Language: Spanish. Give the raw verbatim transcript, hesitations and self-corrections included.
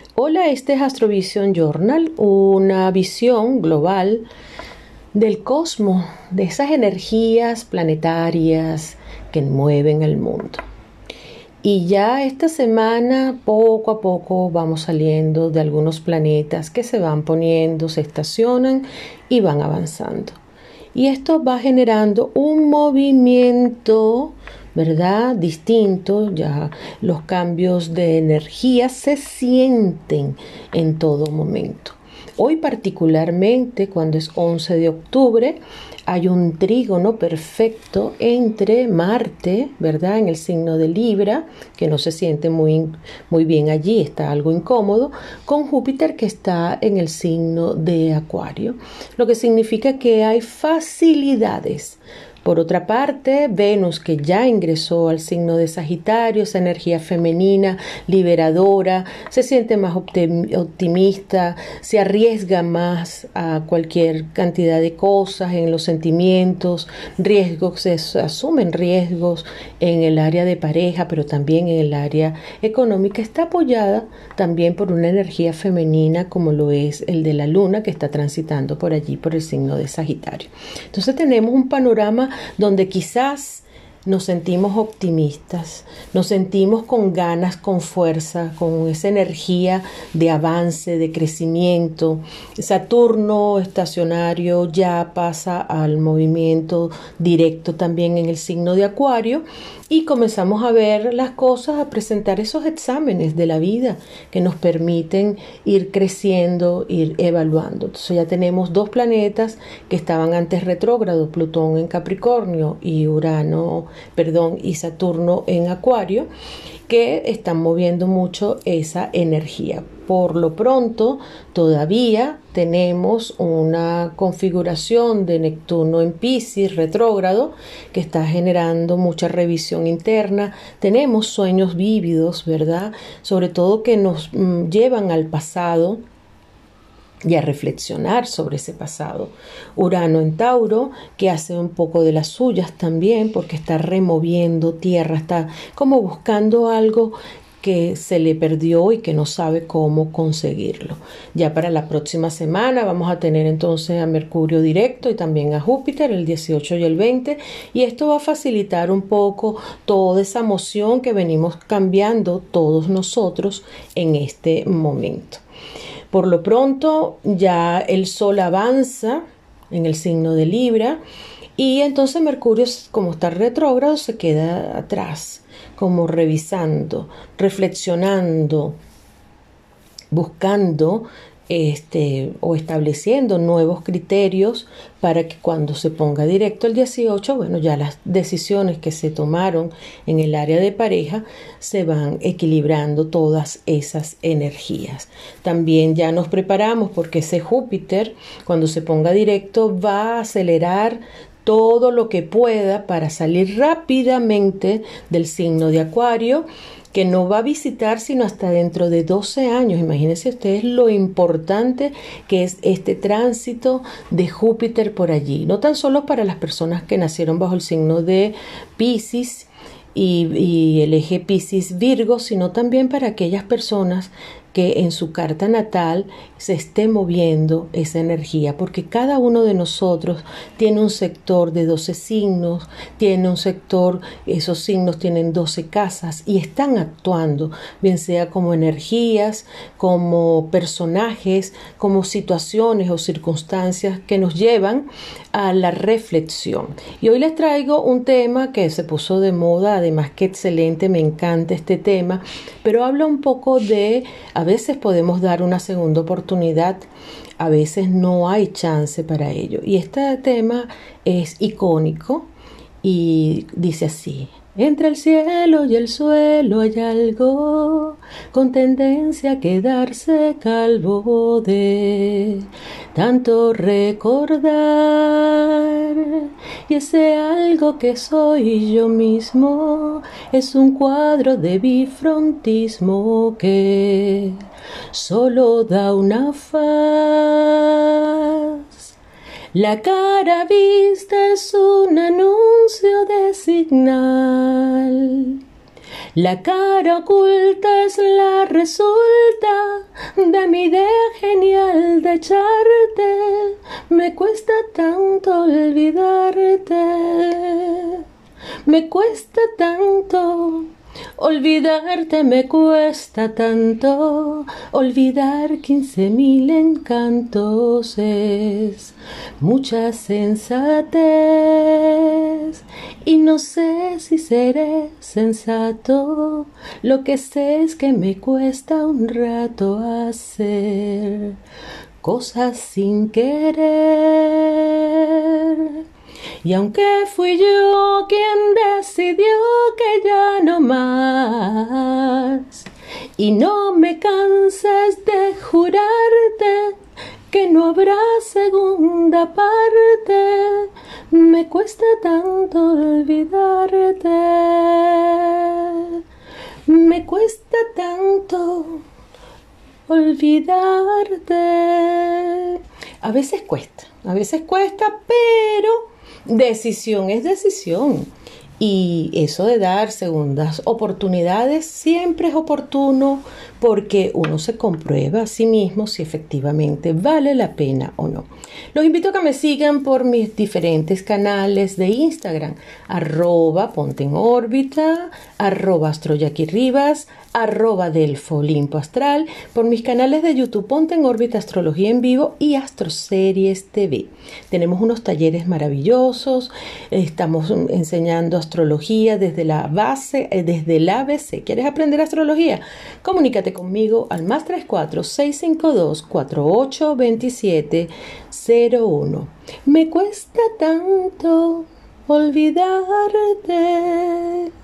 Hola, este es Astrovision Journal, una visión global del cosmos, de esas energías planetarias que mueven el mundo. Y ya esta semana, poco a poco, vamos saliendo de algunos planetas que se van poniendo, se estacionan y van avanzando. Y esto va generando un movimiento, ¿verdad? Distinto, ya los cambios de energía se sienten en todo momento. Hoy particularmente, cuando es once de octubre, hay un trígono perfecto entre Marte, ¿verdad?, en el signo de Libra, que no se siente muy, muy bien allí, está algo incómodo, con Júpiter, que está en el signo de Acuario, lo que significa que hay facilidades. Por otra parte, Venus, que ya ingresó al signo de Sagitario, esa energía femenina, liberadora, se siente más optimista, se arriesga más a cualquier cantidad de cosas en los sentimientos, riesgos, se asumen riesgos en el área de pareja, pero también en el área económica. Está apoyada también por una energía femenina como lo es el de la luna, que está transitando por allí, por el signo de Sagitario. Entonces tenemos un panorama donde quizás nos sentimos optimistas, nos sentimos con ganas, con fuerza, con esa energía de avance, de crecimiento. Saturno estacionario ya pasa al movimiento directo también en el signo de Acuario y comenzamos a ver las cosas, a presentar esos exámenes de la vida que nos permiten ir creciendo, ir evaluando. Entonces ya tenemos dos planetas que estaban antes retrógrados, Plutón en Capricornio y Urano, perdón, y Saturno en Acuario, que están moviendo mucho esa energía. Por lo pronto, todavía tenemos una configuración de Neptuno en Piscis retrógrado que está generando mucha revisión interna. Tenemos sueños vívidos, ¿verdad? Sobre todo que nos mm, llevan al pasado y a reflexionar sobre ese pasado. Urano en Tauro, que hace un poco de las suyas también, porque está removiendo tierra, está como buscando algo que se le perdió y que no sabe cómo conseguirlo. Ya para la próxima semana vamos a tener entonces a Mercurio directo y también a Júpiter el dieciocho y el veinte, y esto va a facilitar un poco toda esa emoción que venimos cambiando todos nosotros en este momento. Por lo pronto ya el Sol avanza en el signo de Libra y entonces Mercurio, como está retrógrado, se queda atrás, como revisando, reflexionando, buscando este, o estableciendo nuevos criterios para que cuando se ponga directo el dieciocho, bueno, ya las decisiones que se tomaron en el área de pareja se van equilibrando todas esas energías. También ya nos preparamos porque ese Júpiter, cuando se ponga directo, va a acelerar todo lo que pueda para salir rápidamente del signo de Acuario, que no va a visitar sino hasta dentro de doce años. Imagínense ustedes lo importante que es este tránsito de Júpiter por allí. No tan solo para las personas que nacieron bajo el signo de Piscis y, y el eje Piscis-Virgo, sino también para aquellas personas que en su carta natal se esté moviendo esa energía, porque cada uno de nosotros tiene un sector de doce signos, tiene un sector, esos signos tienen doce casas y están actuando, bien sea como energías, como personajes, como situaciones o circunstancias que nos llevan a la reflexión. Y hoy les traigo un tema que se puso de moda, además que excelente, me encanta este tema, pero habla un poco de, a veces podemos dar una segunda oportunidad, a veces no hay chance para ello. Y este tema es icónico y dice así: entre el cielo y el suelo hay algo con tendencia a quedarse calvo de tanto recordar, y ese algo que soy yo mismo es un cuadro de bifrontismo que solo da una faz. La cara vista es un anuncio de señal. La cara oculta es la resulta de mi idea genial de echarte. Me cuesta tanto olvidarte. Me cuesta tanto olvidarte, me cuesta tanto. Olvidar quince mil encantos es mucha sensatez. Y no sé si seré sensato. Lo que sé es que me cuesta un rato hacer cosas sin querer. Y aunque fui yo quien decidió que ya no más, y no me canses de jurarte que no habrá segunda parte, me cuesta tanto olvidarte, me cuesta tanto olvidarte. A veces cuesta, a veces cuesta, pero decisión es decisión. Y eso de dar segundas oportunidades siempre es oportuno, porque uno se comprueba a sí mismo si efectivamente vale la pena o no. Los invito a que me sigan por mis diferentes canales de Instagram, arroba ponte en órbita, arroba astroyaquirribas, arroba delfo olimpo astral, por mis canales de YouTube Ponte en órbita Astrología en Vivo y Astroseries T V. Tenemos unos talleres maravillosos, estamos enseñando astrología desde la base, desde el A B C. ¿Quieres aprender astrología? Comunícate conmigo al más tres cuatro, seis cinco dos, cuatro ocho dos siete cero uno. Me cuesta tanto olvidarte.